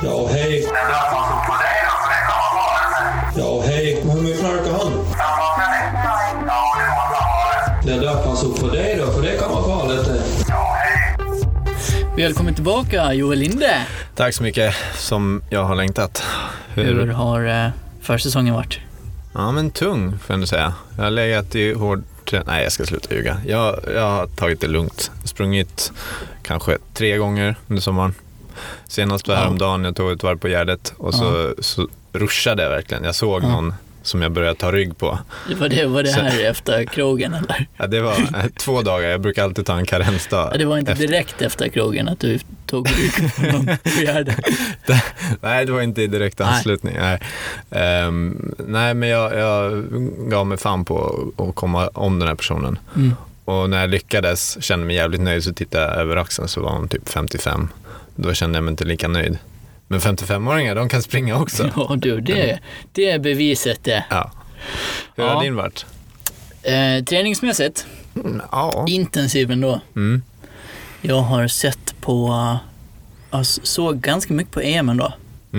Ja, hej. Ja, hej. Men hur mycket knarkar han? Det där passar upp för dig då, för det kan vara farligt. Välkommen tillbaka, Joel Linde. Tack så mycket, som jag har längtat. Hur har försäsongen varit? Ja, men tung, får jag säga. Jag har legat i hård... Nej, jag ska sluta ljuga. Jag har tagit det lugnt. Sprungit kanske 3 gånger under sommaren. Senast var häromdagen, jag tog ett varv på Gärdet och så ruschade jag verkligen. Jag såg någon som jag började ta rygg på. Var det här efter krogen eller? Ja, det var 2 dagar. Jag brukar alltid ta en karensdag. Ja, det var inte direkt efter krogen att du tog rygg på någon på Gärdet? Nej, det var inte i direkt anslutning. Nej, men jag gav mig fan på att komma om den här personen. Och när jag lyckades, kände mig jävligt nöjd, så tittade jag över axeln, så var hon typ 55. Då kände jag mig inte lika nöjd. Men 55-åringar, de kan springa också. Ja, du, det är beviset det. Ja. Hur har din varit? Träningsmässigt? Ja. Intensiv ändå. Jag har sett på... såg ganska mycket på EM ändå.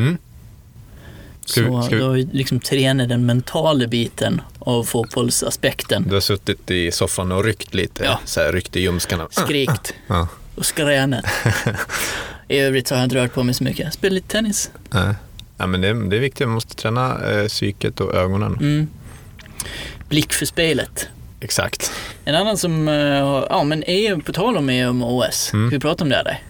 Så då har vi liksom tränat den mentala biten av fotbollsaspekten. Du har suttit i soffan och ryckt lite, så här, ryckt i ljumskarna. Skrikt och skränat. I övrigt så har jag inte rört på mig så mycket. Spelar lite tennis. Ja, men det är viktigt. Man måste träna psyket och ögonen. Blick för spelet. Exakt. En annan som... men EM, på tal om EM och OS. Hur pratar om det där?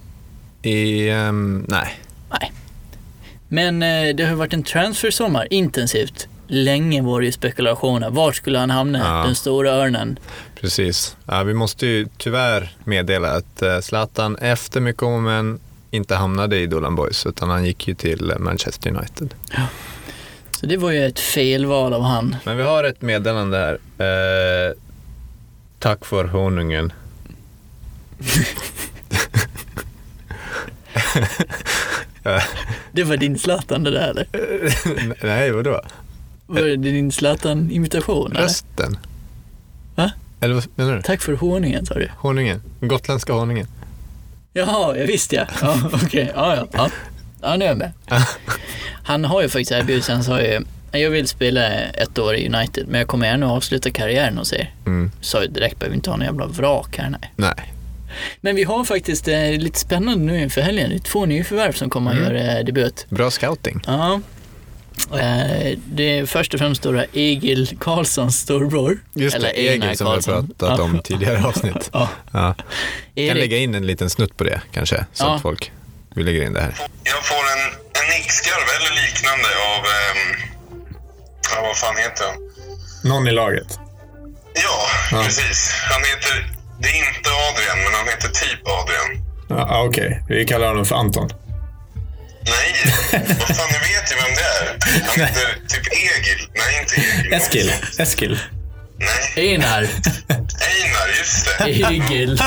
Nej. Men det har varit en transfersommar, intensivt. Länge var det ju spekulationer. Var skulle han hamna? Den stora örnen. Precis. Ja, vi måste ju tyvärr meddela att Zlatan efter mycket om en inte hamnade i Dolan Boys, utan han gick ju till Manchester United. Ja. Så det var ju ett felval av han. Men vi har ett meddelande här. Tack för honungen. Det var din Zlatan det där, eller? Nej, vadå? Var det din Zlatan-imitation? Rösten. Va? Eller vad menar du? Tack för honungen, sa du. Honungen. Gotländska honungen. Jaha, jag visste jag. Ja, okej. Ja, nu är jag med. Han har ju faktiskt erbjudit sig. Han sa ju, jag vill spela 1 år i United, men jag kommer gärna avsluta karriären hos er. Så direkt behöver vi inte ha någon jävla vrak här, nej. Men vi har faktiskt lite spännande nu inför helgen. Det är 2 nyförvärv som kommer att göra debut. Bra scouting. Ja. Det är först och främst då Egil Karlssons storbror. Just det, Egil som vi har pratat om tidigare avsnitt. Kan lägga in en liten snutt på det kanske, så att folk vill lägga in det här. Jag får en nickskarv eller liknande av vad fan heter han? Någon i laget. Ja, precis. Han heter, det är inte Adrian, men han heter typ Adrian. Okej. Vi kallar honom för Anton. Nej, vad fan, ni vet ju vem det är. Han heter typ Egil. Nej, inte Egil. Eskil. Nej. Einar, just det. Egil.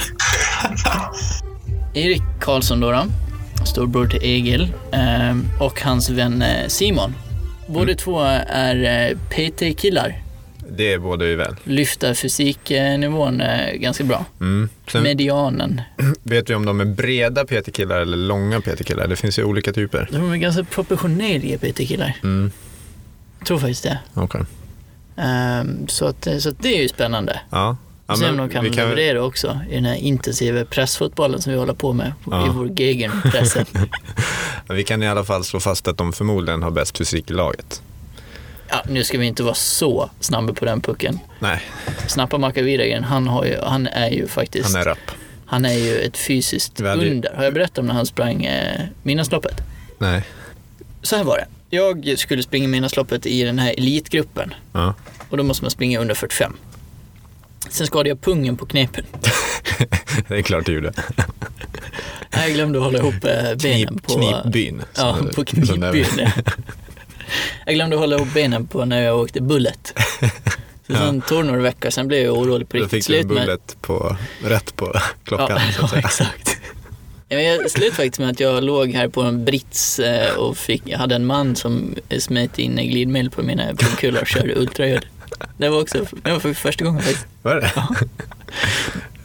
Erik Karlsson då, storbror till Egil, och hans vän Simon. Båda två är PT-killar. Det är båda ju väl. Lyfter fysiknivån ganska bra. Sen, medianen. Vet vi om de är breda PT-killar eller långa PT-killar? Det finns ju olika typer. De är ganska proportionerliga PT-killar. Jag tror faktiskt det. Okay. Så att det är ju spännande. Ja. Sen de kan leverera också i den här intensiva pressfotbollen som vi håller på med i vår gegenpressen. Vi kan i alla fall slå fast att de förmodligen har bäst fysik i laget. Ja, nu ska vi inte vara så snabba på den pucken. Nej. Snappa Macka Vidagren, han är ju faktiskt... Han är rapp. Han är ju ett fysiskt under. Har jag berättat om när han sprang Midnattsloppet? Nej. Så här var det. Jag skulle springa Midnattsloppet i den här elitgruppen. Ja. Och då måste man springa under 45. Sen skadade jag pungen på knepen. Det är klart du gjorde. Jag glömde att hålla ihop benen på... Knipbyn. Ja, på knipbyn. Jag glömde att hålla ihop benen på när jag åkte bullet. Så sen tog några veckor, sen blev jag orolig på riktigt. Då fick du en bullet rätt på klockan. Ja, exakt. Jag slutade faktiskt med att jag låg här på en brits och jag hade en man som smet in glidmedel på mina pungkulor och körde ultraljud. Det var för första gången faktiskt. Var det? Ja.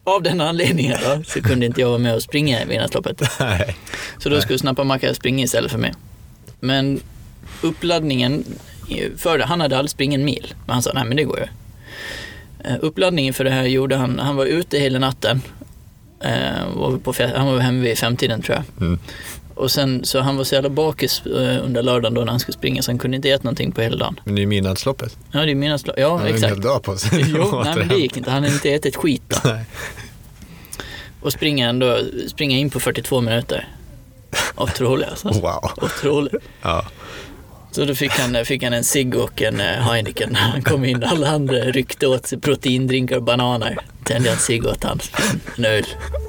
av den anledningen då, så kunde inte jag vara med och springa i Midnattsloppet. Nej. Så då skulle Snappa Macka springa istället för mig. Men uppladdningen för det, han hade aldrig springat en mil. Men han sa, nej men det går ju. Uppladdningen för det här gjorde han var ute hela natten. Han var hemma vid 5-tiden tror jag. Mm. Och sen så han var så jävla bakis under lördagen då när han skulle springa, så han kunde inte äta någonting på hela dagen. Men det är ju Midnattsloppet. Ja, det är Midnattsloppet. Ja, exakt. Han har en hel dag på sig. Jo, nej men det gick inte. Han hade inte ätit skit då. Nej. Och springa in på 42 minuter. Otroligt alltså. Wow. Otroligt. Ja. Så då fick han en cigg och en Heineken. Han kom in, alla andra ryckte åt sig proteindrinkar och bananer. Tände en cigg åt han. En öl.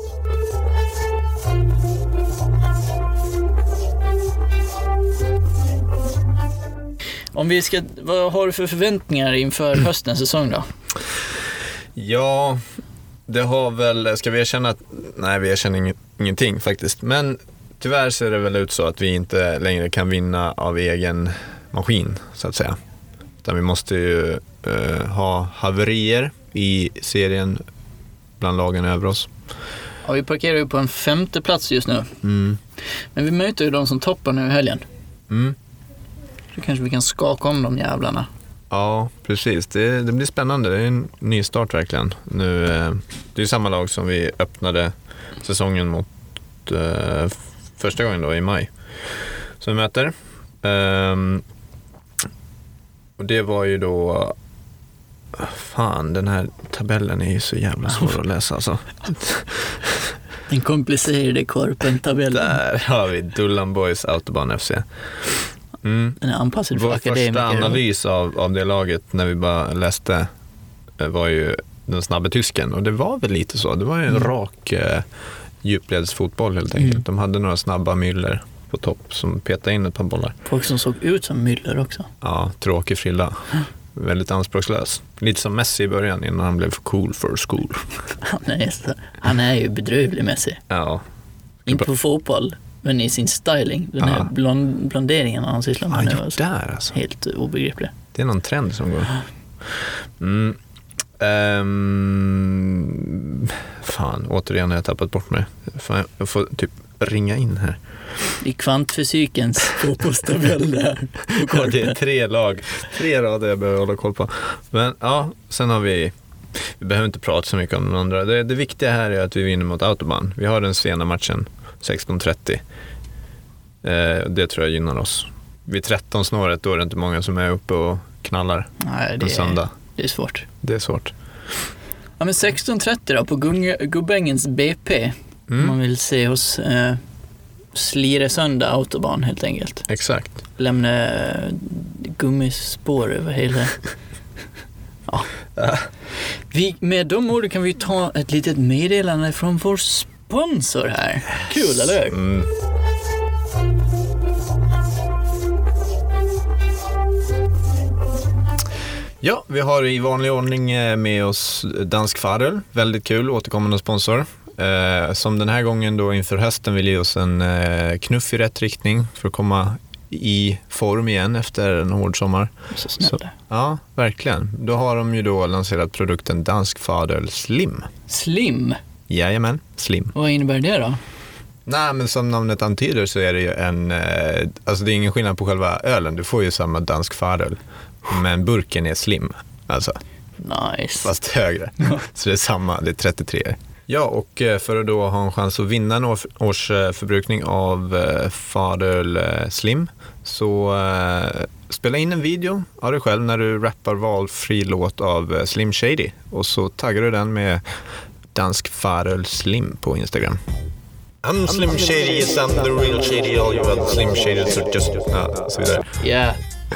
Vad har du för förväntningar inför höstens säsong då? Ja, det har väl, ska vi erkänna att, nej vi erkänner ingenting faktiskt. Men tyvärr ser det väl ut så att vi inte längre kan vinna av egen maskin så att säga. Utan vi måste ju ha haverier i serien bland lagen över oss. Ja, vi parkerar ju på en 5:e plats just nu. Mm. Men vi möter ju de som toppar nu i helgen. Mm. Så kanske vi kan skaka om de jävlarna. Ja, precis. Det blir spännande. Det är en ny start verkligen. Nu, det är samma lag som vi öppnade säsongen mot första gången då i maj. Som vi möter. Och det var ju då... Fan, den här tabellen är ju så jävla svår att läsa alltså. Den komplicerade korpen-tabellen. Där har vi Dullan Boys Autobahn FC. Mm. Den är anpassad för akademiker. Vår första analys av det laget när vi bara läste var ju den snabba tysken. Och det var väl lite så. Det var ju en rak djupledsfotboll helt enkelt. De hade några snabba myller på topp som petade in ett par bollar. Folk som såg ut som myller också. Ja, tråkig frilla. Väldigt anspråkslös. Lite som Messi i början innan han blev för cool for school. Han är ju bedrövlig Messi. Ja. Inte på fotboll, men i sin styling. Den här blonderingen han sysslar med nu. Alltså. Där, alltså. Helt obegriplig. Det är någon trend som går. Fan, återigen har jag tappat bort mig. Fan, jag får typ ringa in här. I kvantfysikens fotbollstabell där. Ja, det är 3 lag. 3 rader jag behöver hålla koll på. Men ja, sen har vi behöver inte prata så mycket om den andra. Det viktiga här är att vi vinner mot Autobahn. Vi har den sena matchen 16:30. Det tror jag gynnar oss. Vid 13-snåret då är det inte många som är uppe och knallar. Nej, på söndag. Det är svårt. Det är svårt. Ja, men 16:30 då på Gubbängens BP. Man vill se oss slira sönder Autobahn helt enkelt. Exakt. Lämna gummispår över hela... Ja. Med de orden kan vi ta ett litet meddelande från vår sponsor här. Kul, eller hur? Mm. Ja, vi har i vanlig ordning med oss Dansk Fadöl. Väldigt kul, återkommande sponsor. Som den här gången då inför hösten vill ge oss en knuff i rätt riktning för att komma i form igen efter en hård sommar. Så snälla. Ja, verkligen. Då har de ju då lanserat produkten Dansk Fadöl Slim. Slim? Jajamän, Slim. Vad innebär det då? Nej, men som namnet antyder så är det ju alltså det är ingen skillnad på själva ölen. Du får ju samma Dansk Fadöl. Men burken är slim, alltså. Nice. Fast högre. Så det är samma, det är 33. Ja, och för att då ha en chans att vinna en årsförbrukning av Fadöl Slim så spela in en video av dig själv när du rappar valfri låt av Slim Shady. Och så taggar du den med Dansk Fadöl Slim på Instagram. I'm Slim Shady, yes I'm the real Shady, all you other Slim Shadys are just... Ja, så vidare. Yeah.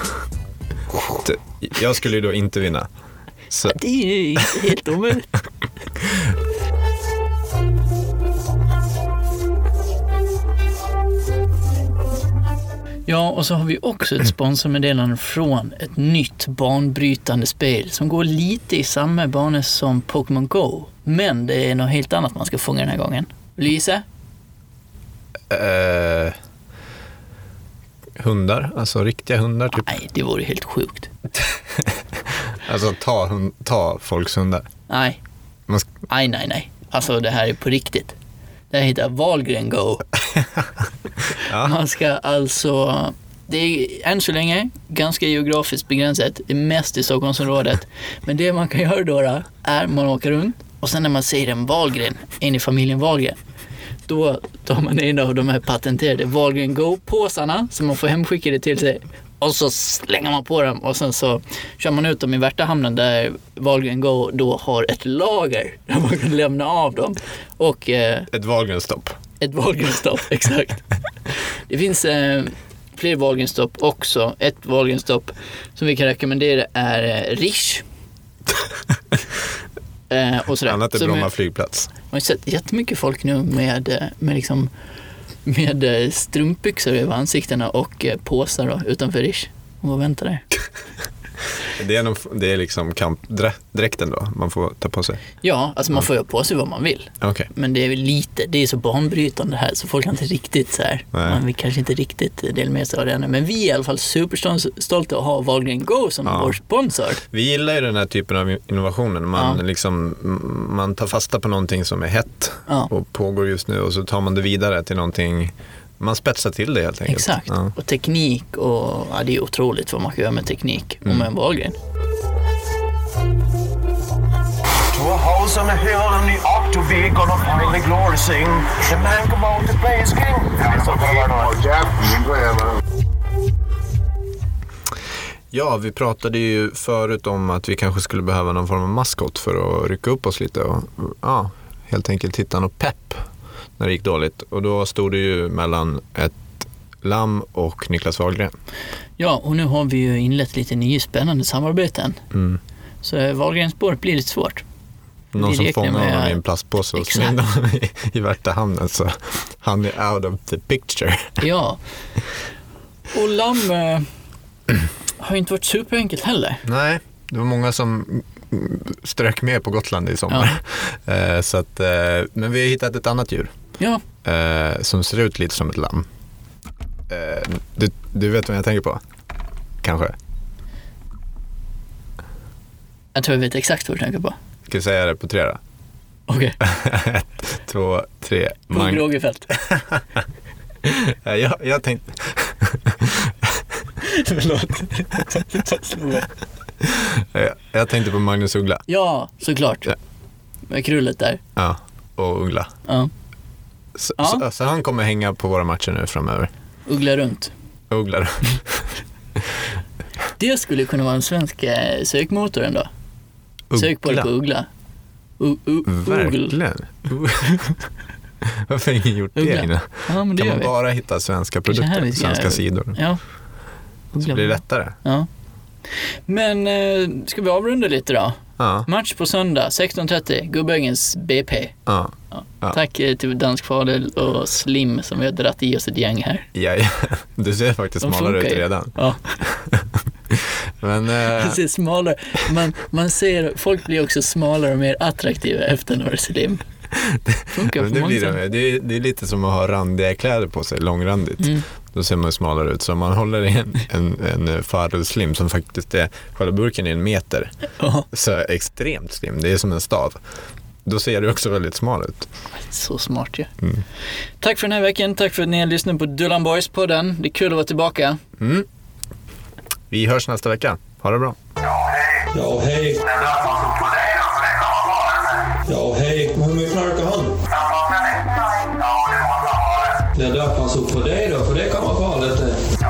Jag skulle ju då inte vinna. Så. Det är ju helt omöjligt. Ja, och så har vi också ett sponsormeddelande från ett nytt banbrytande spel som går lite i samma bana som Pokémon Go. Men det är något helt annat man ska fånga den här gången. Vill du gissa? Hundar, alltså riktiga hundar typ. Nej, det vore helt sjukt. Alltså ta folks hundar. Nej. Nej. alltså det här är på riktigt. Det här heter Wahlgren Go. Ja. Man ska alltså, det är än så länge ganska geografiskt begränsat, det är mest i Stockholmsområdet. Men det man kan göra då är man åker runt och sen när man ser en Wahlgren, en i familjen Wahlgren, då tar man in av de här patenterade Wahlgren Go-påsarna som man får hemskickade till sig. Och så slänger man på dem och sen så kör man ut dem i Värtahamnen där Wahlgren Go då har ett lager där man kan lämna av dem. Och, ett Wahlgren-stopp. Ett Wahlgren-stopp, exakt. Det finns fler Wahlgren-stopp också. Ett Wahlgren-stopp som vi kan rekommendera är Rish. Och sådär. Annat är Bromma flygplats. Man har sett jättemycket folk nu med strumpbyxor över ansiktena och påsar då, utanför Rish. Och vad väntar där? Det är liksom kampdräkten då man får ta på sig. Ja, alltså man får ju på sig vad man vill. Okay. Men det är väl det är så banbrytande här så folk kan inte riktigt så här. Man vill kanske inte riktigt dela med sig av det ännu. Men vi är i alla fall superstolta att ha Wahlgren Go som vår sponsor. Vi gillar ju den här typen av innovationer. Man tar fasta på någonting som är hett och pågår just nu och så tar man det vidare till någonting. Man spetsar till det helt enkelt. Exakt. Ja. Och teknik och det är otroligt vad man kan göra med teknik och med en Wahlgren. To a house on a hill and the octave gonna finally glory sing. The man come out to play his king. Ja, vi pratade ju förut om att vi kanske skulle behöva någon form av maskot för att rycka upp oss lite och helt enkelt hitta något pepp när det gick dåligt. Och då stod det ju mellan ett Lamm och Niklas Wahlgren. Ja, och nu har vi ju inlett lite nya spännande samarbeten. Så Wahlgrenspåret blir lite svårt. Någon som fångar honom i en plastpåse och smäller honom i Värtahamnen så han är out of the picture. Ja, och Lamm har inte varit superenkelt heller. Nej, det var många som strök med på Gotland i sommar. Ja. Så att, men vi har hittat ett annat djur. Ja. Som ser ut lite som ett lamm. Du vet vad jag tänker på? Kanske. Jag tror jag vet exakt vad du tänker på. Ska jag säga det på 3 då? Okej. 1, 2, 3. Rogefeldt. Jag tänkte... Förlåt. Jag tänkte på Magnus Uggla. Ja, såklart. Ja. Med krullet där. Ja, och Uggla. Ja. Så han kommer hänga på våra matcher nu framöver. Uggla runt. Uggla runt. Det skulle kunna vara en svensk sökmotor ändå. Sök på det på Uggla. Verkligen. Varför har ingen gjort det innan? Ja, men det kan man bara hitta svenska produkter, svenska sidor. Ja. Så blir det lättare. Ja. Men ska vi avrunda lite då? Ja. Match på söndag 16:30, Gubbängens BP. Ja. Tack till Dansk Fadel och Slim som vi har dratt i oss ett gäng här. Ja. Du ser faktiskt smalare ut redan. Ja. Men det ser smalare. Man ser, folk blir också smalare och mer attraktiva efter några Slim. Det är lite som att ha randiga kläder på sig, långrandigt. Då ser man smalare ut. Så om man håller i en Fadel Slim som faktiskt är, själva burken är 1 meter. Så extremt slim, det är som en stav. Då ser det också väldigt smal ut. Så smart ju. Ja. Tack för den här veckan, tack för att ni har lyssnat på Dullan Boys-podden. Det är kul att vara tillbaka. Vi hörs nästa vecka. Ha det bra. Ja, hej. Ja, hej. Men hur mycket knarkar han? Det är därför han såg på dig då, för det kan vara farligt.